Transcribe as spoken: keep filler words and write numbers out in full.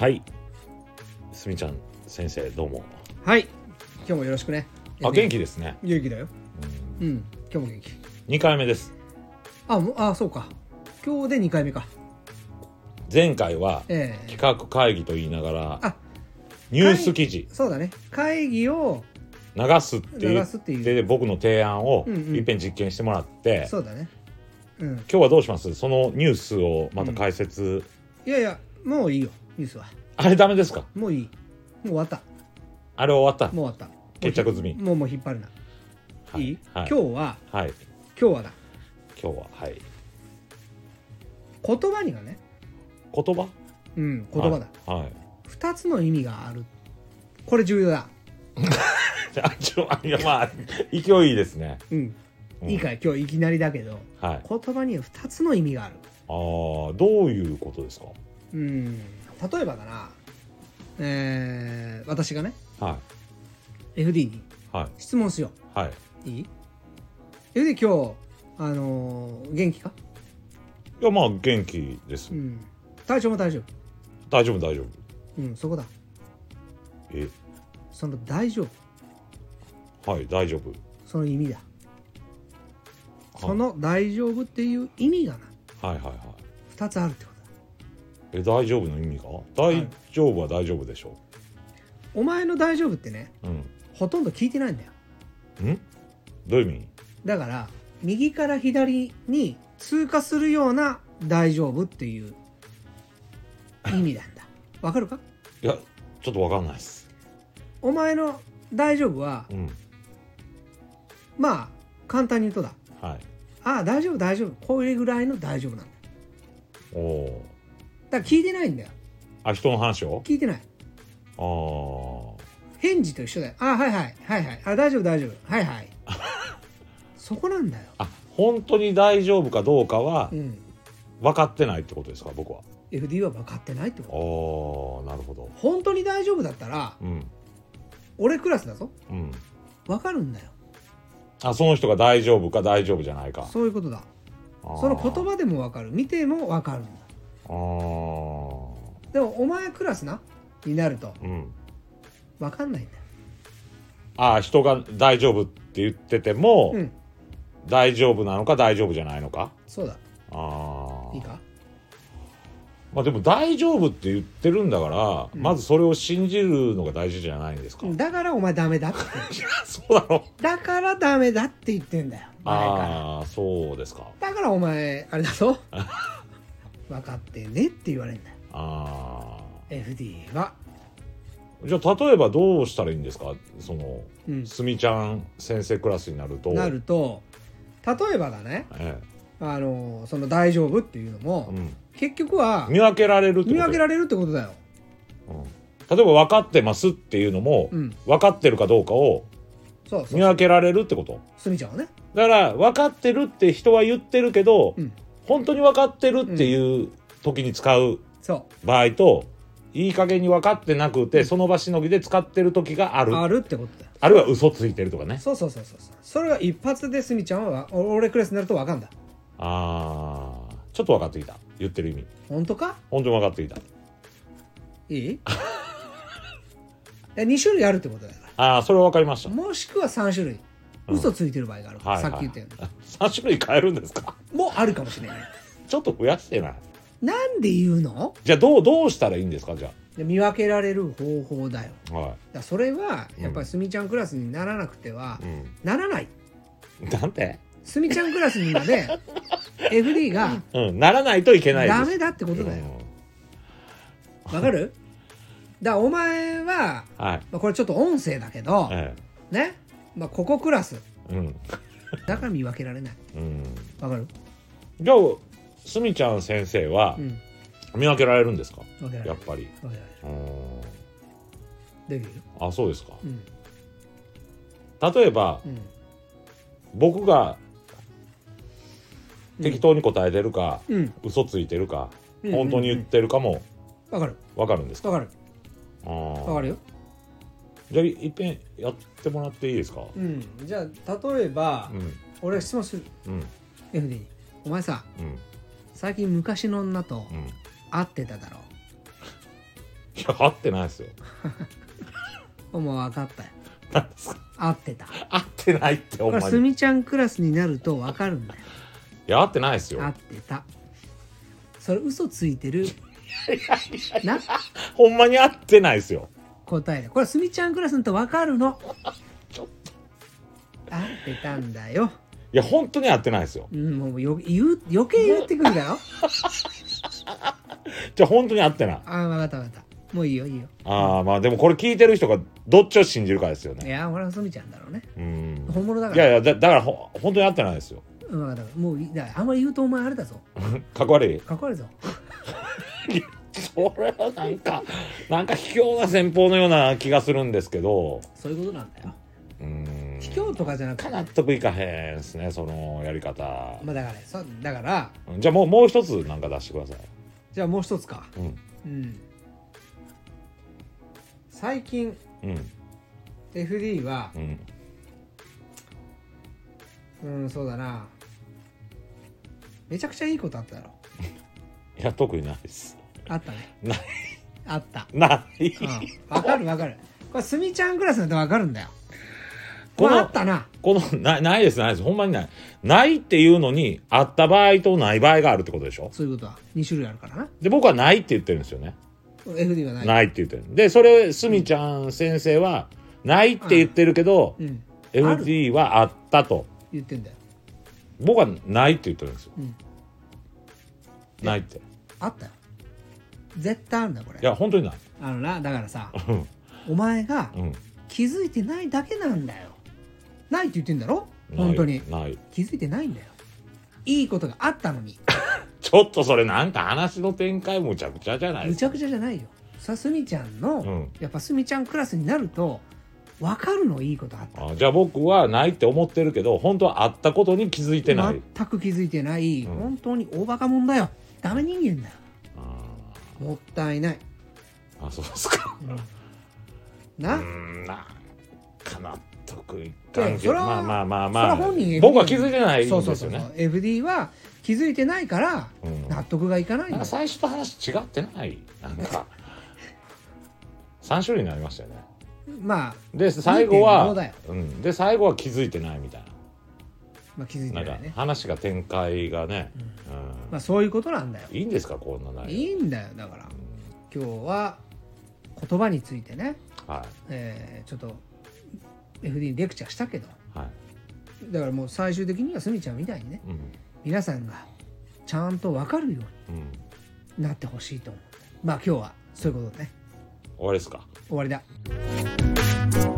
はい、すみちゃん先生どうも。 はい、今日もよろしくね。 あ、元気ですね。 元気だよ。 うん、 うん、今日も元気。 にかいめです。 あ、もう、あ、そうか。今日でにかいめか。 前回はえー、 企画会議と言いながら、 あ、 ニュース記事そうだね。会議を流すって言流すっていう。 って僕の提案をうんうん、 いっぺん実験してもらって、 そうだね。うん。 今日はどうします？そのニュースをまた解説、うん、 いやいや、もういいよニュースは。 あれダメですか？ もういい。もう終わった。 あれ終わった。 もう終わった。 決着済み。 もうもう引っ張るな。 はい、 いい、 はい、 今日は、 はい、 今日はだ。 今日ははい。 言葉にはね。 言葉？ うん、言葉だ。 はい。はい、 二つの意味がある。これ重要だ。 あちょいやまあ勢いいいですね。 うん。いいかい、今日いきなりだけど、はい、言葉には二つの意味がある。 ああ、どういうことですか？ うん、例えばだな、えー、私がね、はい、エフディー に質問しよう。はい。いい？ エフディー 今日あのー、元気か？ いやまあ元気です。うん。 体調も大丈夫？ 大丈夫大丈夫。 うん、そこだ。 え？ その大丈夫。はい、大丈夫。その意味だ。その大丈夫っていう意味がな、 はいはいはい、 ふたつあるってことだ。え、大丈夫の意味が？大丈夫は大丈夫でしょ、はい、 お前の大丈夫ってね、うん、ほとんど聞いてないんだよ。 ん？どういう意味？ だから右から左に通過するような大丈夫っていう意味なんだ。わかるか？ いや、ちょっとわかんないです。 お前の大丈夫は、うん、まあ簡単に言うとだ、はい、ああ大丈夫大丈夫、これぐらいの大丈夫なんだ。おお。だから聞いてないんだよ。 あ、人の話を聞いてない。ああ。返事と一緒だよ。あ、はいはいはいはい、あ、大丈夫大丈夫、はいはいそこなんだよ。 あ、本当に大丈夫かどうかは、うん、分かってないってことですか？僕はエフディー は分かってないってこと。ああ、なるほど。 本当に大丈夫だったら、うん、俺クラスだぞ、うん、分かるんだよ。 あ、その人が大丈夫か大丈夫じゃないか。 そういうことだ。その言葉でも分かる、見ても分かるんだ。あ、でもお前クラスなになると、うん、分かんないんだよ。 ああ、人が大丈夫って言ってても、うん、大丈夫なのか大丈夫じゃないのか。 そうだ。ああ、いいか。 まあでも大丈夫って言ってるんだから、うん、まずそれを信じるのが大事じゃないんですか。 だからお前ダメだってそうだろ。 だからダメだって言ってんだよ。 ああ、そうですか。 だからお前あれだぞ分かってねって言われるんだよ。ああ、 エフディー は。 じゃあ例えばどうしたらいいんですか？その、うん、すみちゃん先生クラスになるとなると例えばだね、ええ、あのその大丈夫っていうのも、うん、結局は見分けられるってこと。 見分けられるってことだよ、 うん、例えば分かってますっていうのも、うん、分かってるかどうかを見分けられるってこと。 すみちゃんはね。 だから分かってるって人は言ってるけど、うん、本当に分かってるっていう時に使う場合と、うん、いい加減に分かってなくて、うん、その場しのぎで使ってる時があるあるってことだよ。 あるいは嘘ついてるとかね。 そうそうそうそう。それが一発ですみちゃんは俺クラスになると分かんだ。 あー、ちょっと分かってきた、言ってる意味。 本当か？ 本当に分かってきた。いいに種類あるってことだから。 ああ、それは分かりました。 もしくはさん種類、うん、嘘ついてる場合があるから、はいはい、さっき言ったようにさん種類変えるんですか？ もうあるかもしれないちょっと増やしてない？ なんで言うの？ じゃあどう、どうしたらいいんですか？じゃあ見分けられる方法だよ、はい、だそれはやっぱりすみちゃんクラスにならなくては、うん、ならない。 なんで？ すみちゃんクラスにまでエフディー が、 うん、ならないといけないです。 ダメだってことだよ。わ、うん、かる？だお前は、はい、まあ、これちょっと音声だけど、ええ、ね、まあ、ここクラス、うん、だから見分けられない。わ、うん、かる？ じゃあすみちゃん先生は、うん、見分けられるんですか？やっぱり。分けられる。 できるよ。 あ、そうですか。うん、例えば、うん、僕が適当に答えてるか、うん、嘘ついてるか、うん、本当に言ってるかも分かる。 分かるんですか？ 分かる。あ、分かるよ。 じゃあいっぺんやってもらっていいですか？ うん、じゃあ例えば、うん、俺が質問する、うん、エフディー にお前さ、うん、最近昔の女と会ってただろう、 や会ってないですよもう分かったよ。 何ですか？ 会ってた。 会ってないってほんまに。 これすみちゃんクラスになると分かるんだよ。 いや会ってないですよ。 会ってた。それ嘘ついてるな。 ほんまに会ってないですよ。 答えだ。これすみちゃんクラスにと分かるの。ちょっと会ってたんだよ。 いや本当に会ってないですよ。 うん、もうよ言う余計言ってくるだよ。 じゃあ本当に会ってない。 ああ分かった分かった。もういいよいいよ。 ああまあでもこれ聞いてる人がどっちを信じるかですよね。 いや俺はすみちゃんだろうね。 うん。 本物だから。 いやいやだだからほ本当に会ってないですよ。 うん分かった。もういいだからあんまり言うとお前あれだぞ。 かっこ悪い。 かっこ悪いぞ。 それはなんかなんか卑怯な戦法のような気がするんですけど。 そういうことなんだよ。 うん。 卑怯とかじゃなくて納得いかへんですねそのやり方。 まあだからそだからじゃあもうもう一つなんか出してください。 じゃあもう一つか。 うん。 うん。最近、 うん、 エフディー は、 うん、 うんそうだな。めちゃくちゃいいことあっただろ。 いや特にないです。 あったね。 ない。 あった。 ない。 うん、分かる分かる。これすみちゃんクラスだと分かるんだよ。このあったな。 このなないですないですほんまにない。ないっていうのにあった場合とない場合があるってことでしょ。 そういうことはに種類あるからな。 で僕はないって言ってるんですよね。 エフディー はない。 ないって言ってる。でそれすみちゃん先生はないって言ってるけど、うん、エフディー はあったと言ってんだよ。 僕はないって言ってるんですよ。うん、ないって。 あったよ。絶対あるんだよこれ。 いや本当にない。 あのなだからさお前が気づいてないだけなんだよ。ないって言ってんだろ。本当にない気づいてないんだよ。いいことがあったのにちょっとそれなんか話の展開むちゃくちゃじゃないですか。 むちゃくちゃじゃないよ。さすみちゃんの、うん、やっぱすみちゃんクラスになると分かるのいいことあった。 あじゃあ僕はないって思ってるけど本当はあったことに気づいてない。 全く気づいてない、うん、本当に大バカ者だよ。ダメ人間だよ。あもったいない。 あそうですか、うん、 なうんなんか納得いかんけどまあまあまあまあ本人僕は気づいてないんですよね。 そうそうそうそう エフディー は気づいてないから納得がいかないんだ、 うん、最初と話違ってないなんかさん種類になりましたよね。 まあで最後は、うん、で最後は気づいてないみたいな。 まあ気づいてないね。 なんか話が展開がね、うんうん、 まあそういうことなんだよ。 いいんですかこんな内容。 いいんだよだから、うん、今日は言葉についてね、 はいえー、ちょっと エフディー にレクチャーしたけど、 はい、 だからもう最終的にはすみちゃんみたいにね、うん、皆さんがちゃんと分かるようになってほしいと思う。まあ今日はそういうことでね。 終わりですか。 終わりだ。